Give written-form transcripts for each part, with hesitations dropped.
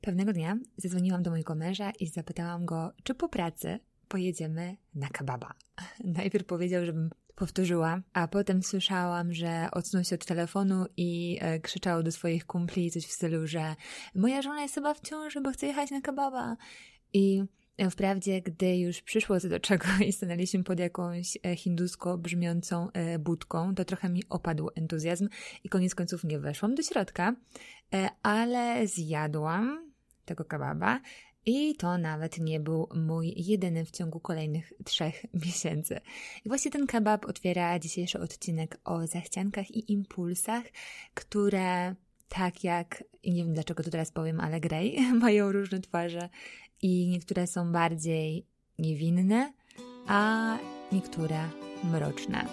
Pewnego dnia zadzwoniłam do mojego męża i zapytałam go, czy po pracy pojedziemy na kebaba. Najpierw powiedział, żebym powtórzyła, a potem słyszałam, że odsunął się od telefonu i krzyczał do swoich kumpli coś w stylu, że moja żona jest chyba w ciąży, bo chce jechać na kebaba. I wprawdzie, gdy już przyszło co do czego i stanęliśmy pod jakąś hindusko brzmiącą budką, to trochę mi opadł entuzjazm i koniec końców nie weszłam do środka, ale zjadłam tego kebaba i to nawet nie był mój jedyny w ciągu kolejnych 3 miesięcy. I właśnie ten kebab otwiera dzisiejszy odcinek o zachciankach i impulsach, które tak jak, i nie wiem dlaczego to teraz powiem, ale Grey, mają różne twarze i niektóre są bardziej niewinne, a niektóre mroczne.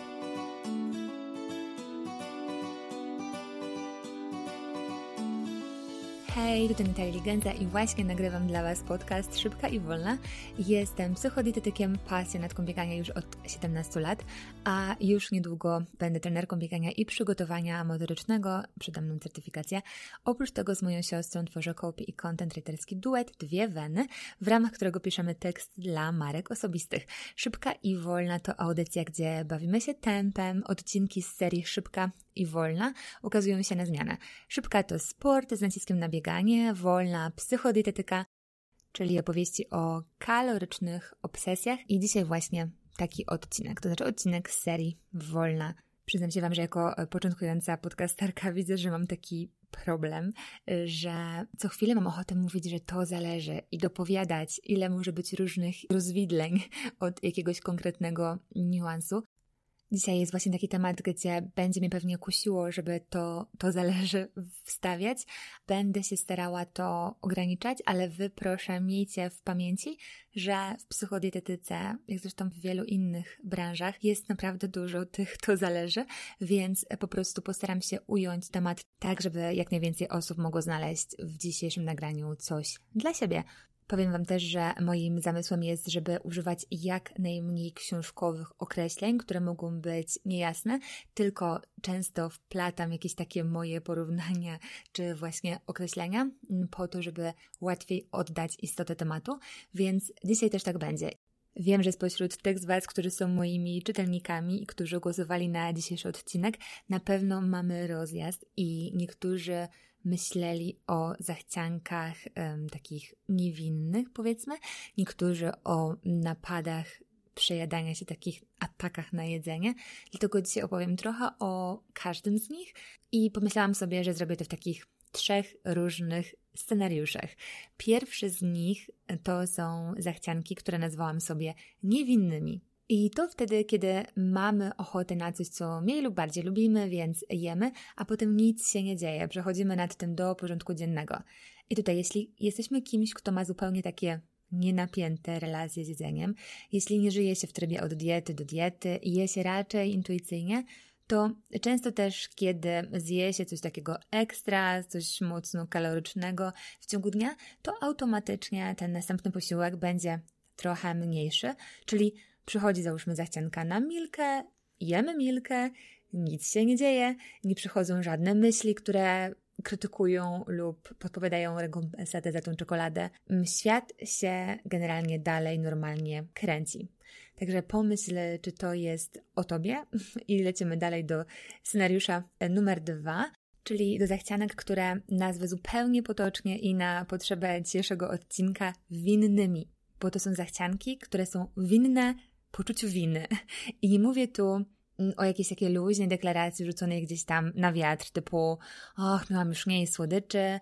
Hej, tutaj Natalia Genza i właśnie nagrywam dla Was podcast Szybka i Wolna. Jestem psychodietetykiem, pasjonatką biegania już od 17 lat, a już niedługo będę trenerką biegania i przygotowania motorycznego, przede mną certyfikacja. Oprócz tego z moją siostrą tworzę copy i content writerski duet Dwie Weny, w ramach którego piszemy tekst dla marek osobistych. Szybka i Wolna to audycja, gdzie bawimy się tempem, odcinki z serii Szybka i Wolna ukazują się na zmianę. Szybka to sport z naciskiem na bieganie, wolna psychodietetyka, czyli opowieści o kalorycznych obsesjach i dzisiaj właśnie taki odcinek, to znaczy odcinek z serii Wolna. Przyznam się Wam, że jako początkująca podcasterka widzę, że mam taki problem, że co chwilę mam ochotę mówić, że to zależy i dopowiadać, ile może być różnych rozwidleń od jakiegoś konkretnego niuansu. Dzisiaj jest właśnie taki temat, gdzie będzie mnie pewnie kusiło, żeby to zależy wstawiać. Będę się starała to ograniczać, ale Wy proszę miejcie w pamięci, że w psychodietetyce, jak zresztą w wielu innych branżach, jest naprawdę dużo tych to zależy, więc po prostu postaram się ująć temat tak, żeby jak najwięcej osób mogło znaleźć w dzisiejszym nagraniu coś dla siebie. Powiem Wam też, że moim zamysłem jest, żeby używać jak najmniej książkowych określeń, które mogą być niejasne, tylko często wplatam jakieś takie moje porównania czy właśnie określenia po to, żeby łatwiej oddać istotę tematu, więc dzisiaj też tak będzie. Wiem, że spośród tych z Was, którzy są moimi czytelnikami i którzy głosowali na dzisiejszy odcinek, na pewno mamy rozjazd i niektórzy myśleli o zachciankach takich niewinnych, powiedzmy. Niektórzy o napadach, przejadania się, takich atakach na jedzenie. Dlatego dzisiaj opowiem trochę o każdym z nich i pomyślałam sobie, że zrobię to w takich 3 różnych scenariuszach. Pierwszy z nich to są zachcianki, które nazwałam sobie niewinnymi. I to wtedy, kiedy mamy ochotę na coś, co mniej lub bardziej lubimy, więc jemy, a potem nic się nie dzieje. Przechodzimy nad tym do porządku dziennego. I tutaj, jeśli jesteśmy kimś, kto ma zupełnie takie nienapięte relacje z jedzeniem, jeśli nie żyje się w trybie od diety do diety i je się raczej intuicyjnie, to często też, kiedy zje się coś takiego ekstra, coś mocno kalorycznego w ciągu dnia, to automatycznie ten następny posiłek będzie trochę mniejszy, czyli przychodzi załóżmy zachcianka na milkę, jemy milkę, nic się nie dzieje, nie przychodzą żadne myśli, które krytykują lub podpowiadają rekompensatę za tą czekoladę. Świat się generalnie dalej normalnie kręci. Także pomyśl, czy to jest o Tobie i lecimy dalej do scenariusza numer 2, czyli do zachcianek, które nazwę zupełnie potocznie i na potrzebę dzisiejszego odcinka winnymi, bo to są zachcianki, które są winne poczuciu winy. I nie mówię tu o jakiejś takiej luźnej deklaracji rzuconej gdzieś tam na wiatr, typu miałam już mniej słodyczy,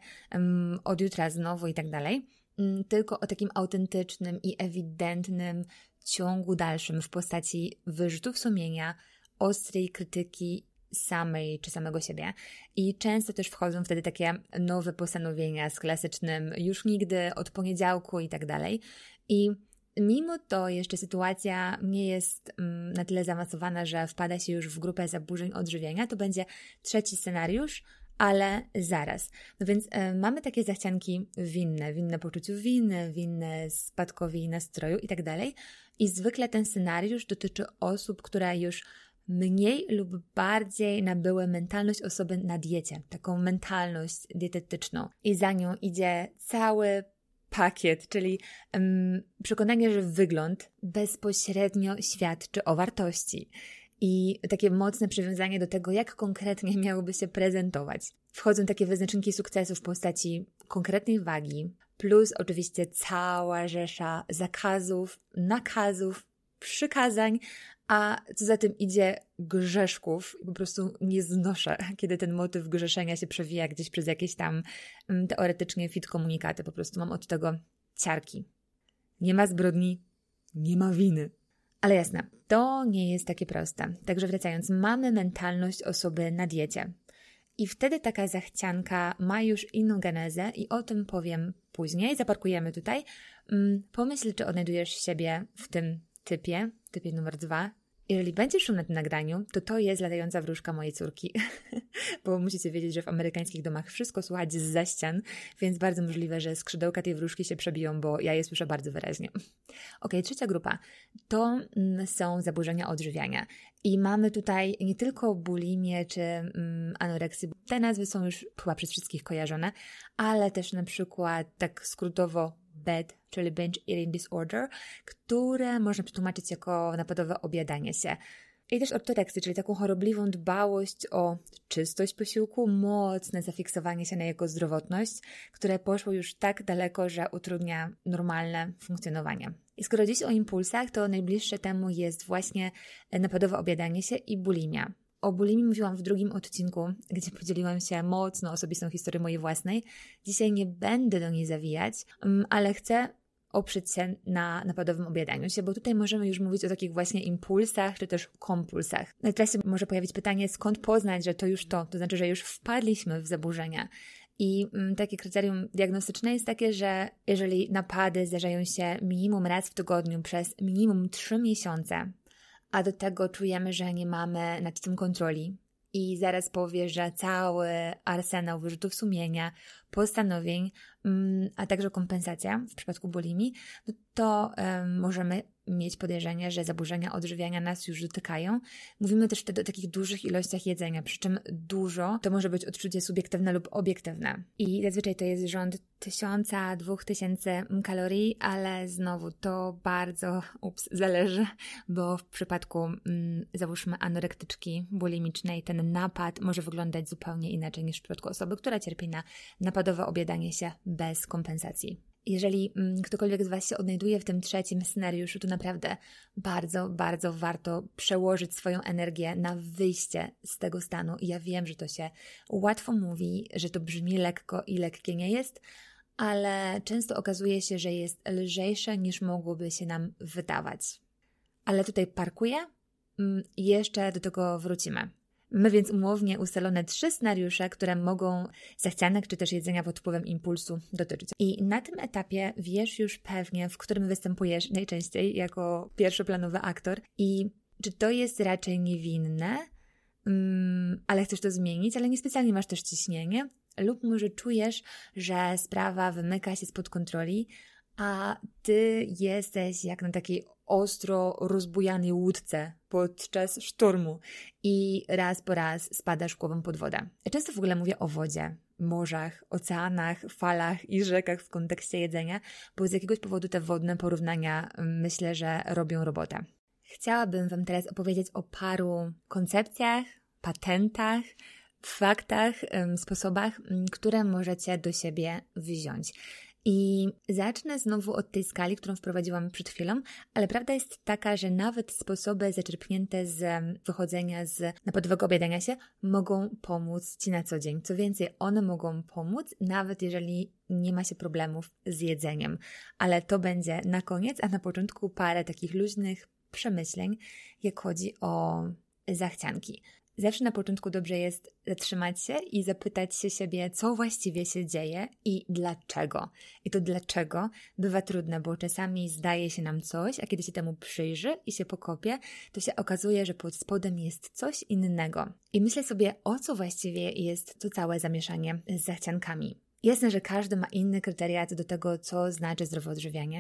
od jutra znowu i tak dalej, tylko o takim autentycznym i ewidentnym ciągu dalszym w postaci wyrzutów sumienia, ostrej krytyki samej czy samego siebie. I często też wchodzą wtedy takie nowe postanowienia z klasycznym już nigdy, od poniedziałku i tak dalej. I mimo to jeszcze sytuacja nie jest na tyle zaawansowana, że wpada się już w grupę zaburzeń odżywiania. To będzie 3 scenariusz, ale zaraz. No więc mamy takie zachcianki winne poczuciu winy, winne spadkowi nastroju i tak dalej. I zwykle ten scenariusz dotyczy osób, które już mniej lub bardziej nabyły mentalność osoby na diecie, taką mentalność dietetyczną. I za nią idzie cały pakiet, czyli przekonanie, że wygląd bezpośrednio świadczy o wartości. I takie mocne przywiązanie do tego, jak konkretnie miałoby się prezentować. Wchodzą takie wyznaczniki sukcesu w postaci konkretnej wagi, plus oczywiście cała rzesza zakazów, nakazów, przykazań, a co za tym idzie grzeszków. Po prostu nie znoszę, kiedy ten motyw grzeszenia się przewija gdzieś przez jakieś tam teoretycznie fit komunikaty. Po prostu mam od tego ciarki. Nie ma zbrodni, nie ma winy. Ale jasne, to nie jest takie proste. Także wracając, mamy mentalność osoby na diecie. I wtedy taka zachcianka ma już inną genezę i o tym powiem później. Zaparkujemy tutaj. Pomyśl, czy odnajdujesz siebie w tym typie numer 2. Jeżeli będziesz szum na tym nagraniu, to jest latająca wróżka mojej córki, bo musicie wiedzieć, że w amerykańskich domach wszystko słychać zza ścian, więc bardzo możliwe, że skrzydełka tej wróżki się przebiją, bo ja je słyszę bardzo wyraźnie. Okej, trzecia grupa to są zaburzenia odżywiania i mamy tutaj nie tylko bulimię czy anoreksję, te nazwy są już chyba przez wszystkich kojarzone, ale też na przykład tak skrótowo BED, czyli Binge Eating Disorder, które można przetłumaczyć jako napadowe objadanie się. I też ortoreksję, czyli taką chorobliwą dbałość o czystość posiłku, mocne zafiksowanie się na jego zdrowotność, które poszło już tak daleko, że utrudnia normalne funkcjonowanie. I skoro dziś o impulsach, to najbliższe temu jest właśnie napadowe objadanie się i bulimia. O bulimii mówiłam w drugim odcinku, gdzie podzieliłam się mocno osobistą historią mojej własnej. Dzisiaj nie będę do niej zawijać, ale chcę oprzeć się na napadowym objadaniu się, bo tutaj możemy już mówić o takich właśnie impulsach, czy też kompulsach. Teraz się może pojawić pytanie, skąd poznać, że to już to znaczy, że już wpadliśmy w zaburzenia. I takie kryterium diagnostyczne jest takie, że jeżeli napady zdarzają się minimum raz w tygodniu przez minimum 3 miesiące, a do tego czujemy, że nie mamy nad tym kontroli i zaraz powie, że cały arsenał wyrzutów sumienia, postanowień, a także kompensacja w przypadku bulimii, no to możemy mieć podejrzenie, że zaburzenia odżywiania nas już dotykają. Mówimy też wtedy o takich dużych ilościach jedzenia, przy czym dużo to może być odczucie subiektywne lub obiektywne. I zazwyczaj to jest rząd 1000–2000 kalorii, ale znowu to bardzo zależy, bo w przypadku załóżmy anorektyczki bulimicznej ten napad może wyglądać zupełnie inaczej niż w przypadku osoby, która cierpi na napadowe objadanie się bez kompensacji. Jeżeli ktokolwiek z Was się odnajduje w tym trzecim scenariuszu, to naprawdę bardzo, bardzo warto przełożyć swoją energię na wyjście z tego stanu. I ja wiem, że to się łatwo mówi, że to brzmi lekko i lekkie nie jest, ale często okazuje się, że jest lżejsze niż mogłoby się nam wydawać. Ale tutaj parkuję i jeszcze do tego wrócimy. Mamy więc umownie ustalone 3 scenariusze, które mogą zachcianek czy też jedzenia pod wpływem impulsu dotyczyć. I na tym etapie wiesz już pewnie, w którym występujesz najczęściej jako pierwszoplanowy aktor i czy to jest raczej niewinne, ale chcesz to zmienić, ale niespecjalnie masz też ciśnienie, lub może czujesz, że sprawa wymyka się spod kontroli, a ty jesteś jak na takiej ostro rozbujanej łódce podczas sztormu i raz po raz spadasz głową pod wodę. Ja często w ogóle mówię o wodzie, morzach, oceanach, falach i rzekach w kontekście jedzenia, bo z jakiegoś powodu te wodne porównania myślę, że robią robotę. Chciałabym Wam teraz opowiedzieć o paru koncepcjach, patentach, faktach, sposobach, które możecie do siebie wziąć. I zacznę znowu od tej skali, którą wprowadziłam przed chwilą, ale prawda jest taka, że nawet sposoby zaczerpnięte z wychodzenia z napadowego objadania się mogą pomóc Ci na co dzień. Co więcej, one mogą pomóc, nawet jeżeli nie ma się problemów z jedzeniem. Ale to będzie na koniec, a na początku parę takich luźnych przemyśleń, jak chodzi o zachcianki. Zawsze na początku dobrze jest zatrzymać się i zapytać się siebie, co właściwie się dzieje i dlaczego. I to dlaczego bywa trudne, bo czasami zdaje się nam coś, a kiedy się temu przyjrzy i się pokopie, to się okazuje, że pod spodem jest coś innego. I myślę sobie, o co właściwie jest to całe zamieszanie z zachciankami. Jasne, że każdy ma inne kryteria co do tego, co znaczy zdrowe odżywianie,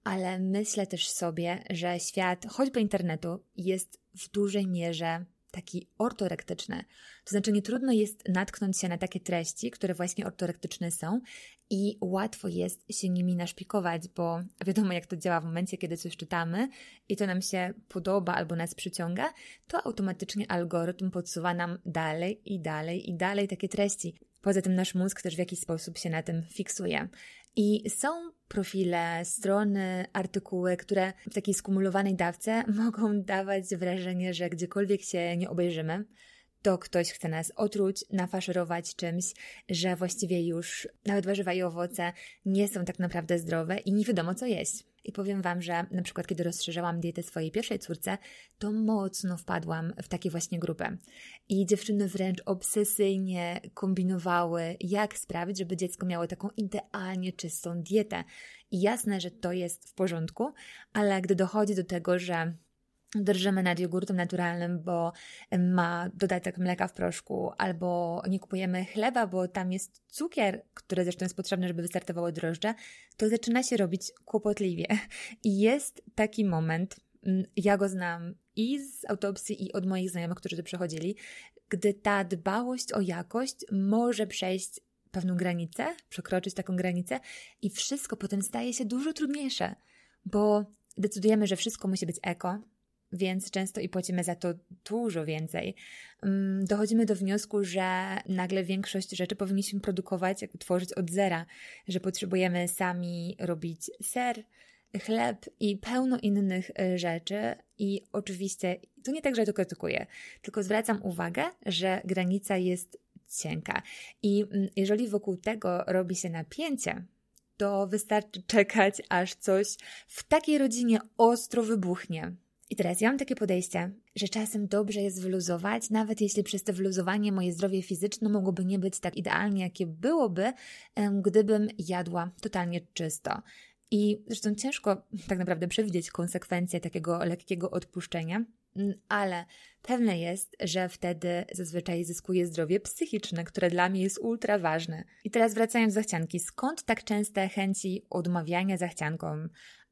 ale myślę też sobie, że świat, choćby internetu, jest w dużej mierze taki ortorektyczny. To znaczy nie trudno jest natknąć się na takie treści, które właśnie ortorektyczne są i łatwo jest się nimi naszpikować, bo wiadomo jak to działa w momencie, kiedy coś czytamy i to nam się podoba albo nas przyciąga, to automatycznie algorytm podsuwa nam dalej i dalej i dalej takie treści. Poza tym nasz mózg też w jakiś sposób się na tym fiksuje. I są profile, strony, artykuły, które w takiej skumulowanej dawce mogą dawać wrażenie, że gdziekolwiek się nie obejrzymy, to ktoś chce nas otruć, nafaszerować czymś, że właściwie już nawet warzywa i owoce nie są tak naprawdę zdrowe i nie wiadomo co jeść. I powiem Wam, że na przykład kiedy rozszerzałam dietę swojej pierwszej córce, to mocno wpadłam w takie właśnie grupy. I dziewczyny wręcz obsesyjnie kombinowały, jak sprawić, żeby dziecko miało taką idealnie czystą dietę. I jasne, że to jest w porządku, ale gdy dochodzi do tego, że drżymy nad jogurtem naturalnym, bo ma dodatek mleka w proszku, albo nie kupujemy chleba, bo tam jest cukier, który zresztą jest potrzebny, żeby wystartowały drożdże, to zaczyna się robić kłopotliwie. I jest taki moment, ja go znam i z autopsji, i od moich znajomych, którzy tu przechodzili, gdy ta dbałość o jakość może przejść pewną granicę, przekroczyć taką granicę i wszystko potem staje się dużo trudniejsze, bo decydujemy, że wszystko musi być eko, więc często i płacimy za to dużo więcej. Dochodzimy do wniosku, że nagle większość rzeczy powinniśmy produkować, jakby tworzyć od zera, że potrzebujemy sami robić ser, chleb i pełno innych rzeczy i oczywiście to nie tak, że to krytykuję, tylko zwracam uwagę, że granica jest cienka i jeżeli wokół tego robi się napięcie, to wystarczy czekać, aż coś w takiej rodzinie ostro wybuchnie. I teraz ja mam takie podejście, że czasem dobrze jest wyluzować, nawet jeśli przez to wyluzowanie moje zdrowie fizyczne mogłoby nie być tak idealnie, jakie byłoby, gdybym jadła totalnie czysto. I zresztą ciężko tak naprawdę przewidzieć konsekwencje takiego lekkiego odpuszczenia, ale pewne jest, że wtedy zazwyczaj zyskuje zdrowie psychiczne, które dla mnie jest ultra ważne. I teraz wracając do zachcianki, skąd tak częste chęci odmawiania zachciankom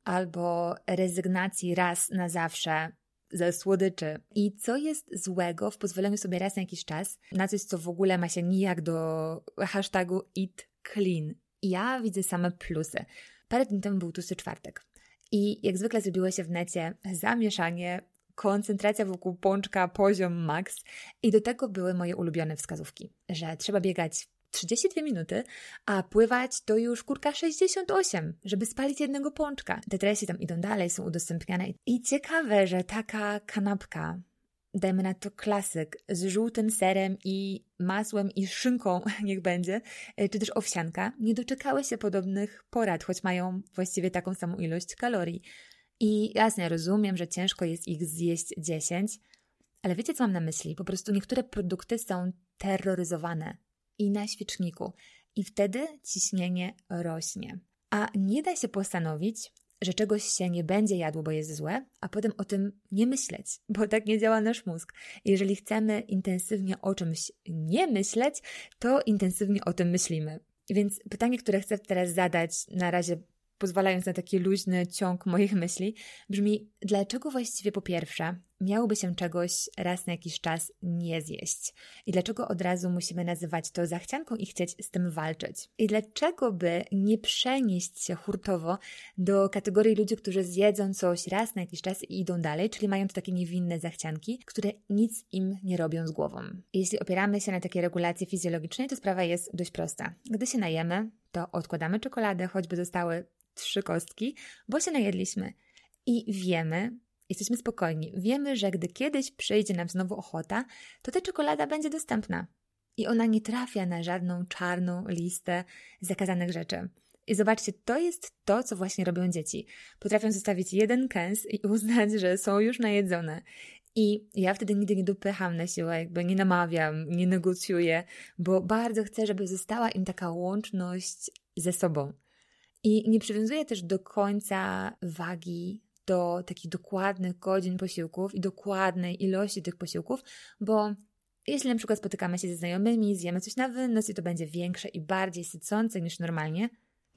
albo rezygnacji raz na zawsze ze słodyczy? I co jest złego w pozwoleniu sobie raz na jakiś czas na coś, co w ogóle ma się nijak do hashtagu eat clean? I ja widzę same plusy. Parę dni temu był tłusty czwartek i jak zwykle zrobiło się w necie zamieszanie, koncentracja wokół pączka, poziom max i do tego były moje ulubione wskazówki, że trzeba biegać 32 minuty, a pływać to już kurka 68, żeby spalić jednego pączka. Te treści tam idą dalej, są udostępniane i ciekawe, że taka kanapka, dajmy na to klasyk, z żółtym serem i masłem i szynką, niech będzie, czy też owsianka, nie doczekały się podobnych porad, choć mają właściwie taką samą ilość kalorii. I jasne, rozumiem, że ciężko jest ich zjeść 10, ale wiecie, co mam na myśli? Po prostu niektóre produkty są terroryzowane i na świeczniku i wtedy ciśnienie rośnie. A nie da się postanowić, że czegoś się nie będzie jadło, bo jest złe, a potem o tym nie myśleć, bo tak nie działa nasz mózg. Jeżeli chcemy intensywnie o czymś nie myśleć, to intensywnie o tym myślimy. Więc pytanie, które chcę teraz zadać, na razie pozwalając na taki luźny ciąg moich myśli, brzmi, dlaczego właściwie po pierwsze miałoby się czegoś raz na jakiś czas nie zjeść? I dlaczego od razu musimy nazywać to zachcianką i chcieć z tym walczyć? I dlaczego by nie przenieść się hurtowo do kategorii ludzi, którzy zjedzą coś raz na jakiś czas i idą dalej, czyli mają to takie niewinne zachcianki, które nic im nie robią z głową? Jeśli opieramy się na takiej regulacji fizjologicznej, to sprawa jest dość prosta. Gdy się najemy, to odkładamy czekoladę, choćby zostały 3 kostki, bo się najedliśmy. I wiemy, jesteśmy spokojni, wiemy, że gdy kiedyś przyjdzie nam znowu ochota, to ta czekolada będzie dostępna. I ona nie trafia na żadną czarną listę zakazanych rzeczy. I zobaczcie, to jest to, co właśnie robią dzieci. Potrafią zostawić jeden kęs i uznać, że są już najedzone. I ja wtedy nigdy nie dopycham na siłę, jakby nie namawiam, nie negocjuję, bo bardzo chcę, żeby została im taka łączność ze sobą. I nie przywiązuję też do końca wagi do takich dokładnych godzin posiłków i dokładnej ilości tych posiłków, bo jeśli na przykład spotykamy się ze znajomymi, zjemy coś na wynos i to będzie większe i bardziej sycące niż normalnie,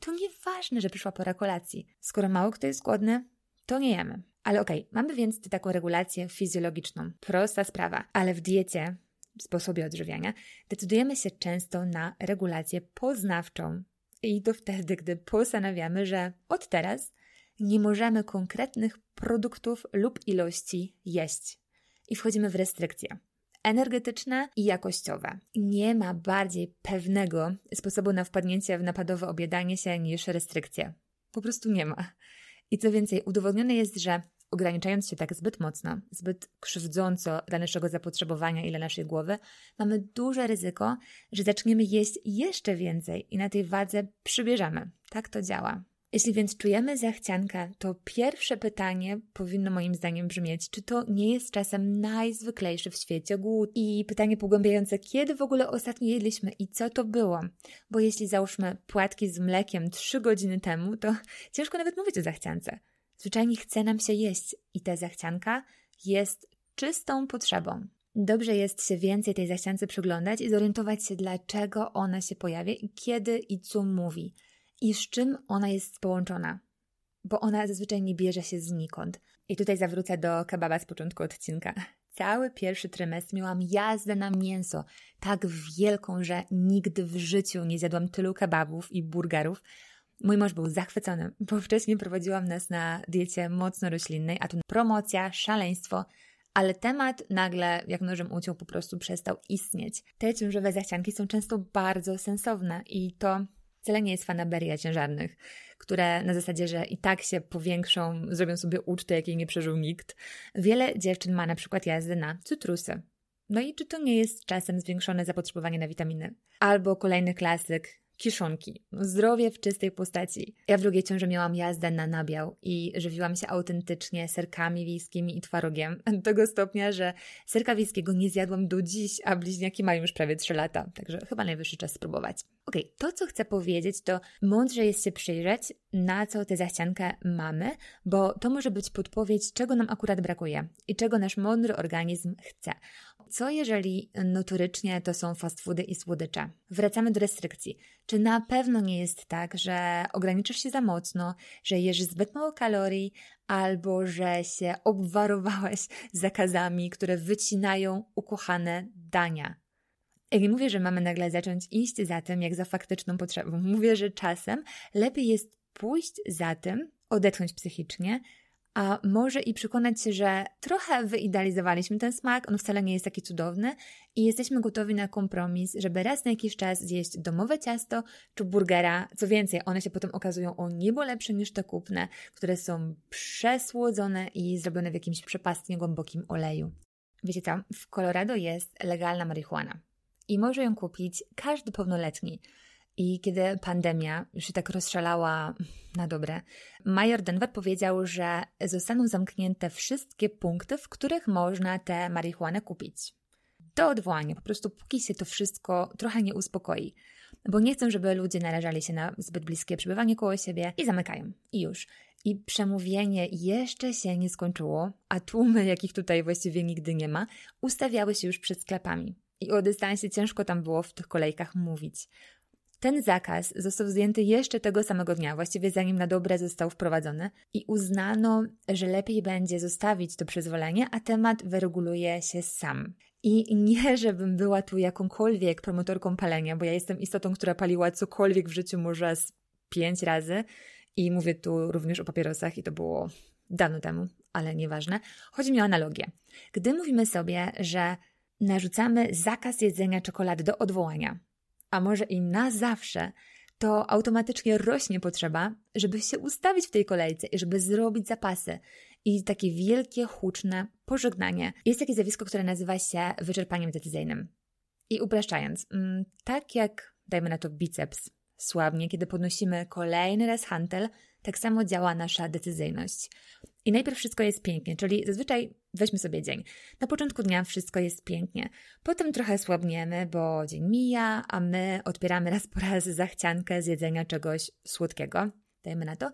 to nieważne, że przyszła pora kolacji. Skoro mało kto jest głodny, to nie jemy. Ale okej, mamy więc taką regulację fizjologiczną. Prosta sprawa. Ale w diecie, w sposobie odżywiania, decydujemy się często na regulację poznawczą. I to wtedy, gdy postanawiamy, że od teraz nie możemy konkretnych produktów lub ilości jeść. I wchodzimy w restrykcje energetyczne i jakościowe. Nie ma bardziej pewnego sposobu na wpadnięcie w napadowe obiadanie się niż restrykcje. Po prostu nie ma. I co więcej, udowodnione jest, że ograniczając się tak zbyt mocno, zbyt krzywdząco dla naszego zapotrzebowania i dla naszej głowy, mamy duże ryzyko, że zaczniemy jeść jeszcze więcej i na tej wadze przybierzemy. Tak to działa. Jeśli więc czujemy zachciankę, to pierwsze pytanie powinno moim zdaniem brzmieć, czy to nie jest czasem najzwyklejszy w świecie głód? I pytanie pogłębiające, kiedy w ogóle ostatnio jedliśmy i co to było? Bo jeśli załóżmy płatki z mlekiem 3 godziny temu, to ciężko nawet mówić o zachciance. Zwyczajnie chce nam się jeść i ta zachcianka jest czystą potrzebą. Dobrze jest się więcej tej zachciance przyglądać i zorientować się, dlaczego ona się pojawia i kiedy i co mówi. I z czym ona jest połączona, bo ona zazwyczaj nie bierze się znikąd. I tutaj zawrócę do kebaba z początku odcinka. Cały pierwszy trymestr miałam jazdę na mięso, tak wielką, że nigdy w życiu nie zjadłam tylu kebabów i burgerów. Mój mąż był zachwycony, bo wcześniej prowadziłam nas na diecie mocno roślinnej, a tu promocja, szaleństwo, ale temat nagle, jak nożem uciął, po prostu przestał istnieć. Te ciążowe zachcianki są często bardzo sensowne i to wcale nie jest fanaberia ciężarnych, które na zasadzie, że i tak się powiększą, zrobią sobie ucztę, jakiej nie przeżył nikt. Wiele dziewczyn ma na przykład jazdę na cytrusy. No i czy to nie jest czasem zwiększone zapotrzebowanie na witaminy? Albo kolejny klasyk, kiszonki. Zdrowie w czystej postaci. Ja w drugiej ciąży miałam jazdę na nabiał i żywiłam się autentycznie serkami wiejskimi i twarogiem. Do tego stopnia, że serka wiejskiego nie zjadłam do dziś, a bliźniaki mają już prawie 3 lata. Także chyba najwyższy czas spróbować. Okej, to co chcę powiedzieć, to mądrze jest się przyjrzeć, na co tę zachciankę mamy, bo to może być podpowiedź, czego nam akurat brakuje i czego nasz mądry organizm chce. Co jeżeli notorycznie to są fast foody i słodycze? Wracamy do restrykcji. Czy na pewno nie jest tak, że ograniczysz się za mocno, że jesz zbyt mało kalorii, albo że się obwarowałaś zakazami, które wycinają ukochane dania? Ja nie mówię, że mamy nagle zacząć iść za tym, jak za faktyczną potrzebą. Mówię, że czasem lepiej jest pójść za tym, odetchnąć psychicznie, a może i przekonać się, że trochę wyidealizowaliśmy ten smak, on wcale nie jest taki cudowny i jesteśmy gotowi na kompromis, żeby raz na jakiś czas zjeść domowe ciasto czy burgera. Co więcej, one się potem okazują o niebo lepsze niż te kupne, które są przesłodzone i zrobione w jakimś przepastnie głębokim oleju. Wiecie co? W Colorado jest legalna marihuana i może ją kupić każdy pełnoletni. I kiedy pandemia już się tak rozszalała na dobre, major Denver powiedział, że zostaną zamknięte wszystkie punkty, w których można tę marihuanę kupić. Do odwołania, po prostu póki się to wszystko trochę nie uspokoi. Bo nie chcą, żeby ludzie narażali się na zbyt bliskie przebywanie koło siebie i zamykają. I już. I przemówienie jeszcze się nie skończyło, a tłumy, jakich tutaj właściwie nigdy nie ma, ustawiały się już przed sklepami. I o dystansie ciężko tam było w tych kolejkach mówić. Ten zakaz został zdjęty jeszcze tego samego dnia, właściwie zanim na dobre został wprowadzony i uznano, że lepiej będzie zostawić to przyzwolenie, a temat wyreguluje się sam. I nie, żebym była tu jakąkolwiek promotorką palenia, bo ja jestem istotą, która paliła cokolwiek w życiu może z 5 razy i mówię tu również o papierosach i to było dawno temu, ale nieważne. Chodzi mi o analogię. Gdy mówimy sobie, że narzucamy zakaz jedzenia czekolady do odwołania, a może i na zawsze, to automatycznie rośnie potrzeba, żeby się ustawić w tej kolejce i żeby zrobić zapasy. I takie wielkie, huczne pożegnanie. Jest takie zjawisko, które nazywa się wyczerpaniem decyzyjnym. I upraszczając, tak jak, dajmy na to biceps, słabnie, kiedy podnosimy kolejny raz hantel, tak samo działa nasza decyzyjność. I najpierw wszystko jest pięknie, czyli zazwyczaj weźmy sobie dzień. Na początku dnia wszystko jest pięknie. Potem trochę słabniemy, bo dzień mija, a my odpieramy raz po raz zachciankę z jedzenia czegoś słodkiego. Dajmy na to.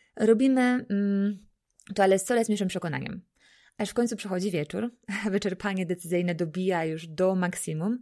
Robimy to ale z coraz mniejszym przekonaniem. Aż w końcu przychodzi wieczór, wyczerpanie decyzyjne dobija już do maksimum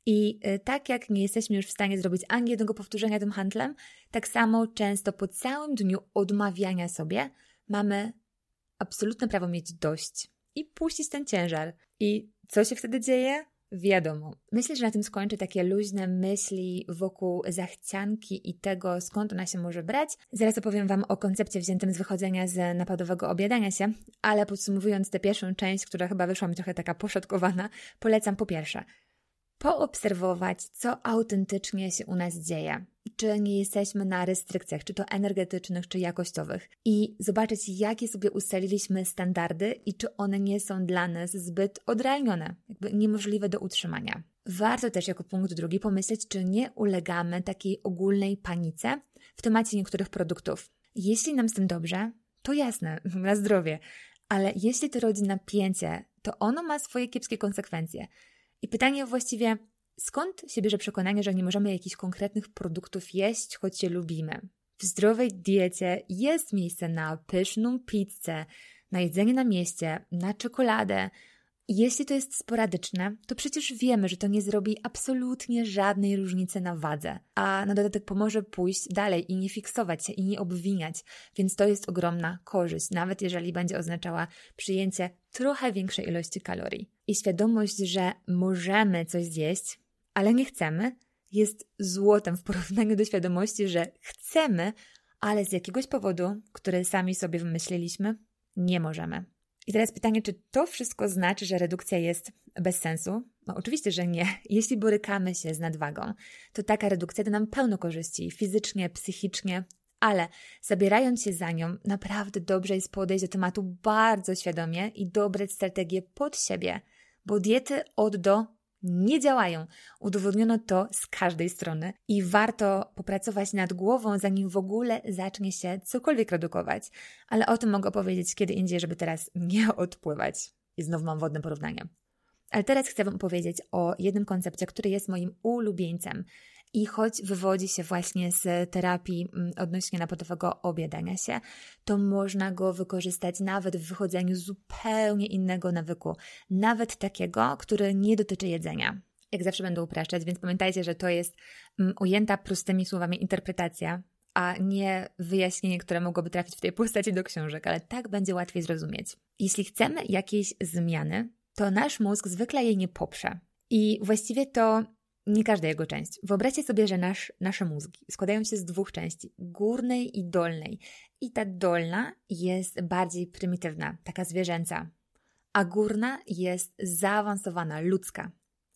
I tak jak nie jesteśmy już w stanie zrobić ani jednego powtórzenia tym handlem, tak samo często po całym dniu odmawiania sobie mamy absolutne prawo mieć dość i puścić ten ciężar. I co się wtedy dzieje? Wiadomo. Myślę, że na tym skończę takie luźne myśli wokół zachcianki i tego, skąd ona się może brać. Zaraz opowiem Wam o koncepcie wziętym z wychodzenia z napadowego obiadania się, ale podsumowując tę pierwszą część, która chyba wyszła mi trochę taka poszatkowana, polecam po pierwsze poobserwować, co autentycznie się u nas dzieje. Czy nie jesteśmy na restrykcjach, czy to energetycznych, czy jakościowych. I zobaczyć, jakie sobie ustaliliśmy standardy i czy one nie są dla nas zbyt odrealnione, jakby niemożliwe do utrzymania. Warto też jako punkt drugi pomyśleć, czy nie ulegamy takiej ogólnej panice w temacie niektórych produktów. Jeśli nam z tym dobrze, to jasne, na zdrowie. Ale jeśli to rodzi napięcie, to ono ma swoje kiepskie konsekwencje. I pytanie właściwie, skąd się bierze przekonanie, że nie możemy jakichś konkretnych produktów jeść, choć je lubimy? W zdrowej diecie jest miejsce na pyszną pizzę, na jedzenie na mieście, na czekoladę. I jeśli to jest sporadyczne, to przecież wiemy, że to nie zrobi absolutnie żadnej różnicy na wadze, a na dodatek pomoże pójść dalej i nie fiksować się i nie obwiniać, więc to jest ogromna korzyść, nawet jeżeli będzie oznaczała przyjęcie trochę większej ilości kalorii. I świadomość, że możemy coś zjeść, ale nie chcemy, jest złotem w porównaniu do świadomości, że chcemy, ale z jakiegoś powodu, który sami sobie wymyśliliśmy, nie możemy. I teraz pytanie, czy to wszystko znaczy, że redukcja jest bez sensu? No oczywiście, że nie. Jeśli borykamy się z nadwagą, to taka redukcja da nam pełno korzyści fizycznie, psychicznie, ale zabierając się za nią, naprawdę dobrze jest podejść do tematu bardzo świadomie i dobrać strategię pod siebie, bo diety od do nie działają. Udowodniono to z każdej strony i warto popracować nad głową, zanim w ogóle zacznie się cokolwiek redukować. Ale o tym mogę opowiedzieć kiedy indziej, żeby teraz nie odpływać. I znów mam wodne porównanie. Ale teraz chcę Wam powiedzieć o jednym koncepcie, który jest moim ulubieńcem. I choć wywodzi się właśnie z terapii odnośnie napadowego obiadania się, to można go wykorzystać nawet w wychodzeniu z zupełnie innego nawyku. Nawet takiego, który nie dotyczy jedzenia. Jak zawsze będę upraszczać, więc pamiętajcie, że to jest ujęta prostymi słowami interpretacja, a nie wyjaśnienie, które mogłoby trafić w tej postaci do książek, ale tak będzie łatwiej zrozumieć. Jeśli chcemy jakiejś zmiany, to nasz mózg zwykle jej nie poprze. I właściwie to nie każda jego część. Wyobraźcie sobie, że nasze mózgi składają się z dwóch części, górnej i dolnej. I ta dolna jest bardziej prymitywna, taka zwierzęca, a górna jest zaawansowana, ludzka.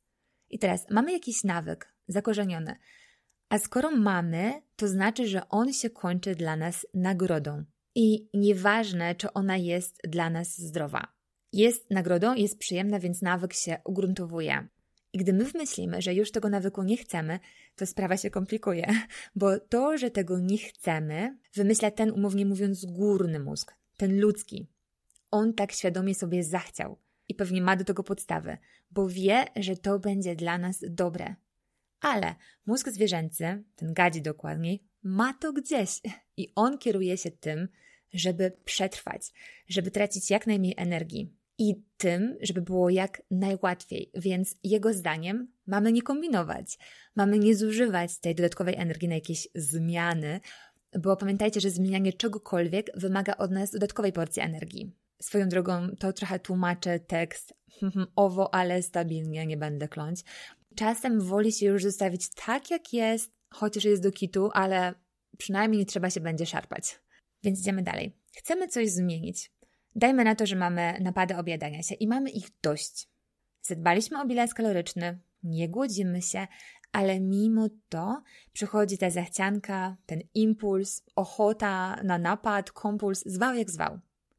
I teraz mamy jakiś nawyk zakorzeniony, a skoro mamy, to znaczy, że on się kończy dla nas nagrodą. I nieważne, czy ona jest dla nas zdrowa. Jest nagrodą, jest przyjemna, więc nawyk się ugruntowuje. I gdy my myślimy, że już tego nawyku nie chcemy, to sprawa się komplikuje, bo to, że tego nie chcemy, wymyśla ten, umownie mówiąc, górny mózg, ten ludzki. On tak świadomie sobie zachciał i pewnie ma do tego podstawy, bo wie, że to będzie dla nas dobre. Ale mózg zwierzęcy, ten gadzi dokładniej, ma to gdzieś i on kieruje się tym, żeby przetrwać, żeby tracić jak najmniej energii. I tym, żeby było jak najłatwiej, więc jego zdaniem mamy nie kombinować, mamy nie zużywać tej dodatkowej energii na jakieś zmiany, bo pamiętajcie, że zmienianie czegokolwiek wymaga od nas dodatkowej porcji energii. Swoją drogą to trochę tłumaczę tekst, owo, ale stabilnie, nie będę kląć. Czasem woli się już zostawić tak jak jest, chociaż jest do kitu, ale przynajmniej nie trzeba się będzie szarpać. Więc idziemy dalej. Chcemy coś zmienić. Dajmy na to, że mamy napady obiadania się i mamy ich dość. Zadbaliśmy o bilans kaloryczny, nie głodzimy się, ale mimo to przychodzi ta zachcianka, ten impuls, ochota na napad, kompuls, zwał jak zwał.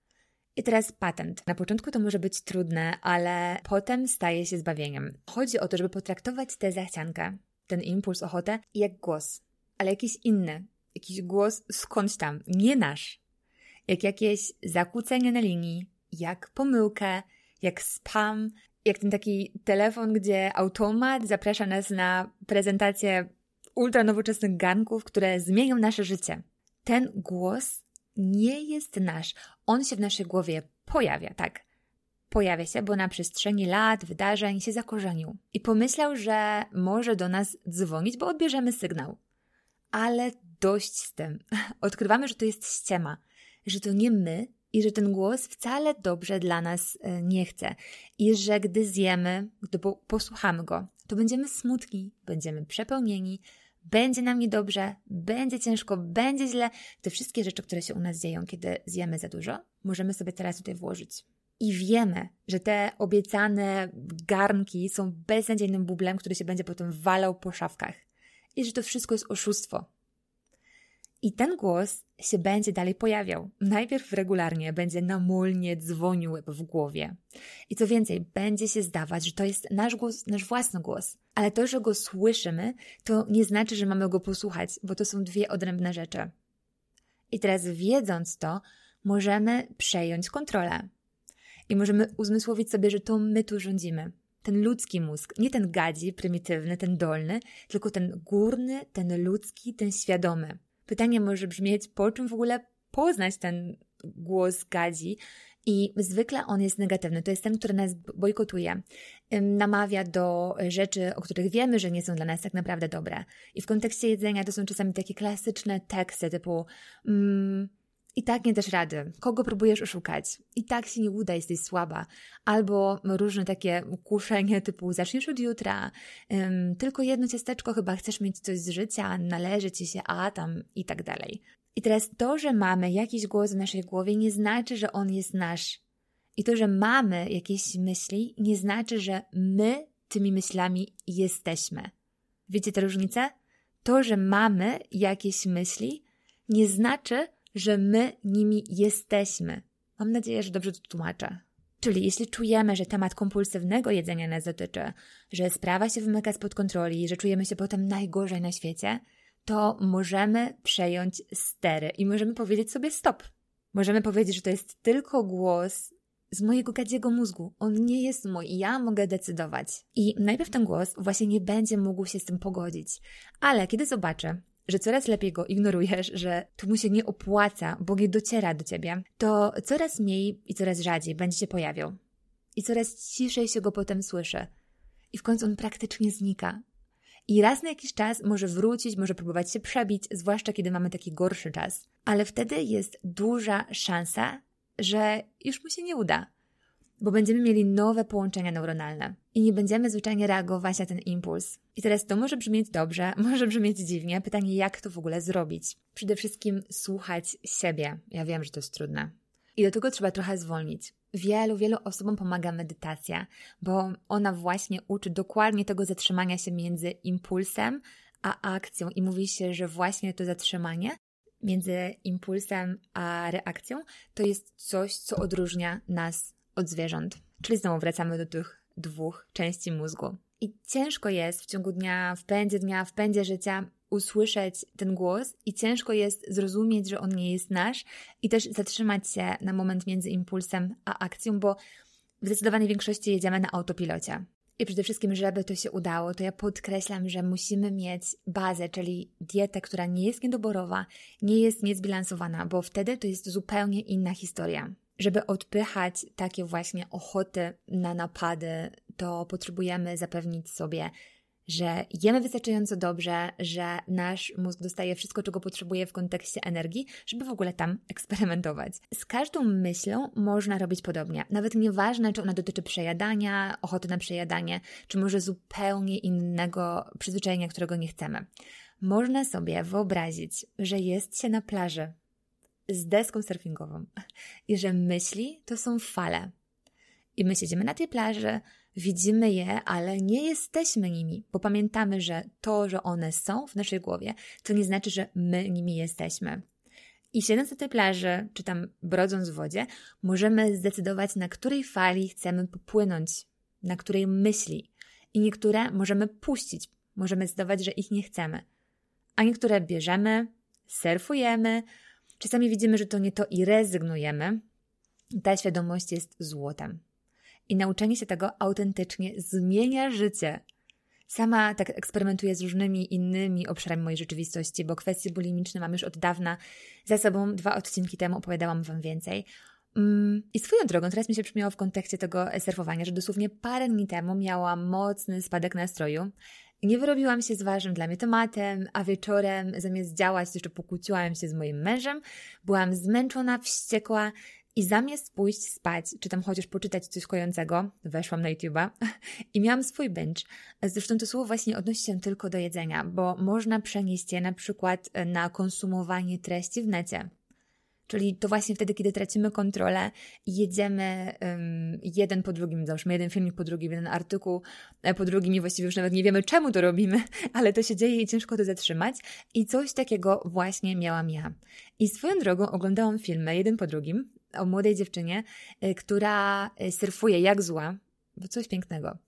I teraz patent. Na początku to może być trudne, ale potem staje się zbawieniem. Chodzi o to, żeby potraktować tę zachciankę, ten impuls, ochotę jak głos, ale jakiś inny, jakiś głos skądś tam, nie nasz. Jak jakieś zakłócenie na linii, jak pomyłkę, jak spam, jak ten taki telefon, gdzie automat zaprasza nas na prezentację ultranowoczesnych garnków, które zmienią nasze życie. Ten głos nie jest nasz. On się w naszej głowie pojawia, tak. pojawia się, bo na przestrzeni lat, wydarzeń się zakorzenił. I pomyślał, że może do nas dzwonić, bo odbierzemy sygnał. Ale dość z tym. Odkrywamy, że to jest ściema, że to nie my i że ten głos wcale dobrze dla nas nie chce. I że gdy zjemy, gdy posłuchamy go, to będziemy smutni, będziemy przepełnieni, będzie nam niedobrze, będzie ciężko, będzie źle. Te wszystkie rzeczy, które się u nas dzieją, kiedy zjemy za dużo, możemy sobie teraz tutaj włożyć. I wiemy, że te obiecane garnki są beznadziejnym bublem, który się będzie potem walał po szafkach. I że to wszystko jest oszustwo. I ten głos się będzie dalej pojawiał. Najpierw regularnie będzie namolnie dzwonił w głowie. I co więcej, będzie się zdawać, że to jest nasz głos, nasz własny głos. Ale to, że go słyszymy, to nie znaczy, że mamy go posłuchać, bo to są dwie odrębne rzeczy. I teraz wiedząc to, możemy przejąć kontrolę. I możemy uzmysłowić sobie, że to my tu rządzimy. Ten ludzki mózg, nie ten gadzi, prymitywny, ten dolny, tylko ten górny, ten ludzki, ten świadomy. Pytanie może brzmieć, po czym w ogóle poznać ten głos gadzi? I zwykle on jest negatywny. To jest ten, który nas bojkotuje. Namawia do rzeczy, o których wiemy, że nie są dla nas tak naprawdę dobre. I w kontekście jedzenia to są czasami takie klasyczne teksty typu i tak nie dasz rady. Kogo próbujesz oszukać? I tak się nie uda, jesteś słaba. Albo różne takie kuszenie typu zaczniesz od jutra, tylko jedno ciasteczko, chyba chcesz mieć coś z życia, należy ci się, a tam i tak dalej. I teraz to, że mamy jakiś głos w naszej głowie, nie znaczy, że on jest nasz. I to, że mamy jakieś myśli, nie znaczy, że my tymi myślami jesteśmy. Wiecie tę różnicę? To, że mamy jakieś myśli, nie znaczy, że my nimi jesteśmy. Mam nadzieję, że dobrze to tłumaczę. Czyli jeśli czujemy, że temat kompulsywnego jedzenia nas dotyczy, że sprawa się wymyka spod kontroli, że czujemy się potem najgorzej na świecie, to możemy przejąć stery i możemy powiedzieć sobie stop. Możemy powiedzieć, że to jest tylko głos z mojego gadziego mózgu. On nie jest mój, ja mogę decydować. I najpierw ten głos właśnie nie będzie mógł się z tym pogodzić. Ale kiedy zobaczę, że coraz lepiej go ignorujesz, że to mu się nie opłaca, bo nie dociera do ciebie, to coraz mniej i coraz rzadziej będzie się pojawiał. I coraz ciszej się go potem słyszy. I w końcu on praktycznie znika. I raz na jakiś czas może wrócić, może próbować się przebić, zwłaszcza kiedy mamy taki gorszy czas. Ale wtedy jest duża szansa, że już mu się nie uda. Bo będziemy mieli nowe połączenia neuronalne i nie będziemy zwyczajnie reagować na ten impuls. I teraz to może brzmieć dobrze, może brzmieć dziwnie. Pytanie, jak to w ogóle zrobić? Przede wszystkim słuchać siebie. Ja wiem, że to jest trudne. I do tego trzeba trochę zwolnić. Wielu osobom pomaga medytacja, bo ona właśnie uczy dokładnie tego zatrzymania się między impulsem a akcją. I mówi się, że właśnie to zatrzymanie między impulsem a reakcją to jest coś, co odróżnia nas od zwierząt. Czyli znowu wracamy do tych dwóch części mózgu. I ciężko jest w ciągu dnia, w pędzie życia usłyszeć ten głos i ciężko jest zrozumieć, że on nie jest nasz i też zatrzymać się na moment między impulsem a akcją, bo w zdecydowanej większości jedziemy na autopilocie. I przede wszystkim, żeby to się udało, to ja podkreślam, że musimy mieć bazę, czyli dietę, która nie jest niedoborowa, nie jest niezbilansowana, bo wtedy to jest zupełnie inna historia. Żeby odpychać takie właśnie ochoty na napady, to potrzebujemy zapewnić sobie, że jemy wystarczająco dobrze, że nasz mózg dostaje wszystko, czego potrzebuje w kontekście energii, żeby w ogóle tam eksperymentować. Z każdą myślą można robić podobnie. Nawet nieważne, czy ona dotyczy przejadania, ochoty na przejadanie, czy może zupełnie innego przyzwyczajenia, którego nie chcemy. Można sobie wyobrazić, że jest się na plaży z deską surfingową i że myśli to są fale. I my siedzimy na tej plaży, widzimy je, ale nie jesteśmy nimi, bo pamiętamy, że to, że one są w naszej głowie, to nie znaczy, że my nimi jesteśmy. I siedząc na tej plaży, czy tam brodząc w wodzie, możemy zdecydować, na której fali chcemy popłynąć, na której myśli. I niektóre możemy puścić, możemy zdecydować, że ich nie chcemy. A niektóre bierzemy, surfujemy, czasami widzimy, że to nie to i rezygnujemy. Ta świadomość jest złotem. I nauczenie się tego autentycznie zmienia życie. Sama tak eksperymentuję z różnymi innymi obszarami mojej rzeczywistości, bo kwestie bulimiczne mam już od dawna za sobą. 2 odcinki temu opowiadałam Wam więcej. I swoją drogą, teraz mi się przypomniało w kontekście tego surfowania, że dosłownie parę dni temu miałam mocny spadek nastroju. Nie wyrobiłam się z ważnym dla mnie tematem, a wieczorem zamiast działać, jeszcze pokłóciłam się z moim mężem. Byłam zmęczona, wściekła i zamiast pójść spać, czy tam chociaż poczytać coś kojącego, weszłam na YouTube'a i miałam swój binge. Zresztą to słowo właśnie odnosi się tylko do jedzenia, bo można przenieść je na przykład na konsumowanie treści w necie. Czyli to właśnie wtedy, kiedy tracimy kontrolę i jedziemy jeden po drugim, załóżmy jeden filmik po drugim, jeden artykuł po drugim i właściwie już nawet nie wiemy, czemu to robimy, ale to się dzieje i ciężko to zatrzymać. I coś takiego właśnie miałam ja. I swoją drogą oglądałam filmy jeden po drugim o młodej dziewczynie, która surfuje jak zła, bo coś pięknego.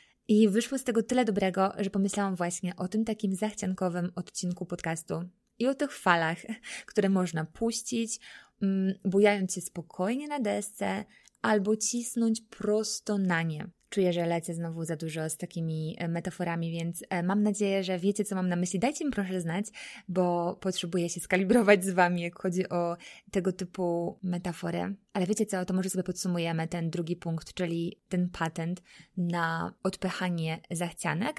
I wyszło z tego tyle dobrego, że pomyślałam właśnie o tym takim zachciankowym odcinku podcastu i o tych falach, które można puścić, bujając się spokojnie na desce albo cisnąć prosto na nie. Czuję, że lecę znowu za dużo z takimi metaforami, więc mam nadzieję, że wiecie, co mam na myśli. Dajcie mi proszę znać, bo potrzebuję się skalibrować z Wami, jak chodzi o tego typu metafory. Ale wiecie co, to może sobie podsumujemy ten drugi punkt, czyli ten patent na odpychanie zachcianek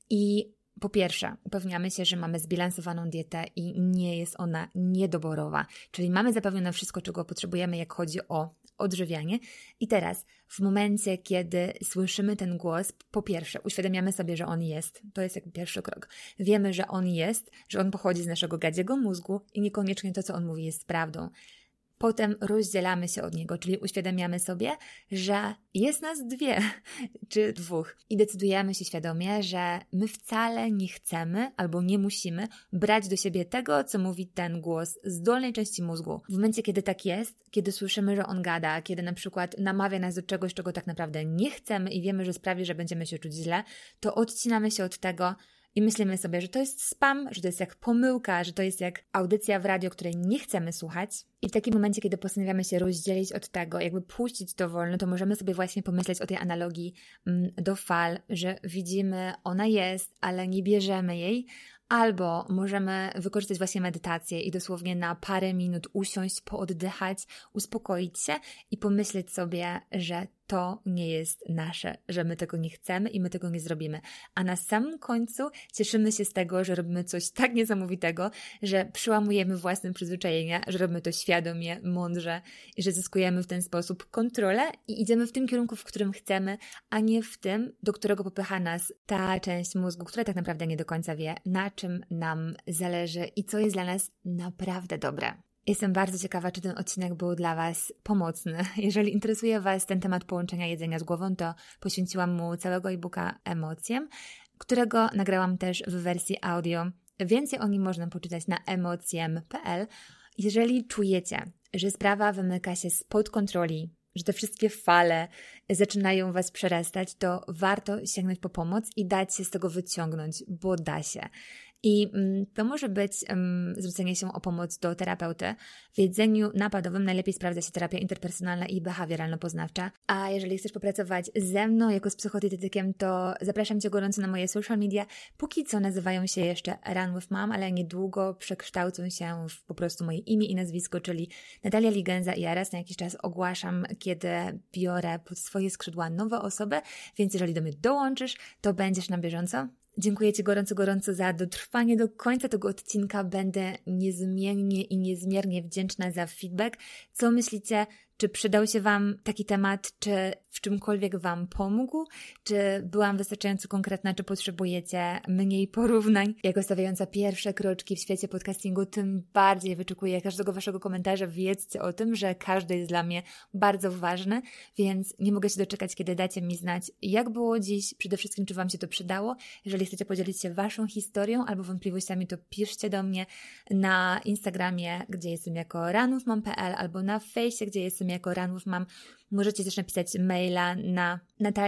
i po pierwsze, upewniamy się, że mamy zbilansowaną dietę i nie jest ona niedoborowa, czyli mamy zapewnione wszystko, czego potrzebujemy, jak chodzi o odżywianie. I teraz, w momencie, kiedy słyszymy ten głos, po pierwsze, uświadamiamy sobie, że on jest. To jest jakby pierwszy krok. Wiemy, że on jest, że on pochodzi z naszego gadziego mózgu i niekoniecznie to, co on mówi, jest prawdą. Potem rozdzielamy się od niego, czyli uświadamiamy sobie, że jest nas 2 czy 2 i decydujemy się świadomie, że my wcale nie chcemy albo nie musimy brać do siebie tego, co mówi ten głos z dolnej części mózgu. W momencie, kiedy tak jest, kiedy słyszymy, że on gada, kiedy na przykład namawia nas do czegoś, czego tak naprawdę nie chcemy i wiemy, że sprawi, że będziemy się czuć źle, to odcinamy się od tego, i myślimy sobie, że to jest spam, że to jest jak pomyłka, że to jest jak audycja w radio, której nie chcemy słuchać. I w takim momencie, kiedy postanawiamy się rozdzielić od tego, jakby puścić to wolno, to możemy sobie właśnie pomyśleć o tej analogii do fal, że widzimy, ona jest, ale nie bierzemy jej. Albo możemy wykorzystać właśnie medytację i dosłownie na parę minut usiąść, pooddychać, uspokoić się i pomyśleć sobie, że to nie jest nasze, że my tego nie chcemy i my tego nie zrobimy. A na samym końcu cieszymy się z tego, że robimy coś tak niesamowitego, że przełamujemy własne przyzwyczajenia, że robimy to świadomie, mądrze i że zyskujemy w ten sposób kontrolę i idziemy w tym kierunku, w którym chcemy, a nie w tym, do którego popycha nas ta część mózgu, która tak naprawdę nie do końca wie, na czym nam zależy i co jest dla nas naprawdę dobre. Jestem bardzo ciekawa, czy ten odcinek był dla Was pomocny. Jeżeli interesuje Was ten temat połączenia jedzenia z głową, to poświęciłam mu całego e-booka Emocjem, którego nagrałam też w wersji audio. Więcej o nim można poczytać na emocjem.pl. Jeżeli czujecie, że sprawa wymyka się spod kontroli, że te wszystkie fale zaczynają Was przerastać, to warto sięgnąć po pomoc i dać się z tego wyciągnąć, bo da się. I to może być zwrócenie się o pomoc do terapeuty. W jedzeniu napadowym najlepiej sprawdza się terapia interpersonalna i behawioralno-poznawcza. A jeżeli chcesz popracować ze mną jako z psychodietetykiem, to zapraszam Cię gorąco na moje social media. Póki co nazywają się jeszcze Run with Mom, ale niedługo przekształcą się w po prostu moje imię i nazwisko, czyli Natalia Ligenza i ja raz na jakiś czas ogłaszam, kiedy biorę pod swoje skrzydła nowe osoby, więc jeżeli do mnie dołączysz, to będziesz na bieżąco. Dziękuję Ci gorąco za dotrwanie do końca tego odcinka. Będę niezmiennie i niezmiernie wdzięczna za feedback. Co myślicie? Czy przydał się Wam taki temat? Czy w czymkolwiek Wam pomógł? Czy byłam wystarczająco konkretna? Czy potrzebujecie mniej porównań? Jako stawiająca pierwsze kroczki w świecie podcastingu, tym bardziej wyczekuję każdego Waszego komentarza. Wiedzcie o tym, że każdy jest dla mnie bardzo ważny, więc nie mogę się doczekać, kiedy dacie mi znać, jak było dziś. Przede wszystkim, czy Wam się to przydało. Jeżeli chcecie podzielić się Waszą historią albo wątpliwościami, to piszcie do mnie na Instagramie, gdzie jestem jako runwithmom.pl, albo na fejsie, gdzie jestem jako Run with Mom. Możecie też napisać maila na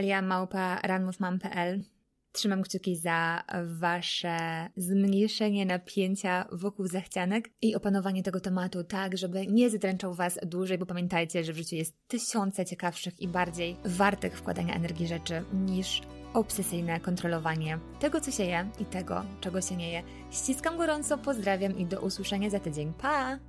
natalia@runwithmom.pl. Trzymam kciuki za Wasze zmniejszenie napięcia wokół zachcianek i opanowanie tego tematu tak, żeby nie zadręczał Was dłużej, bo pamiętajcie, że w życiu jest tysiące ciekawszych i bardziej wartych wkładania energii rzeczy niż obsesyjne kontrolowanie tego, co się je i tego, czego się nie je. Ściskam gorąco, pozdrawiam i do usłyszenia za tydzień. Pa!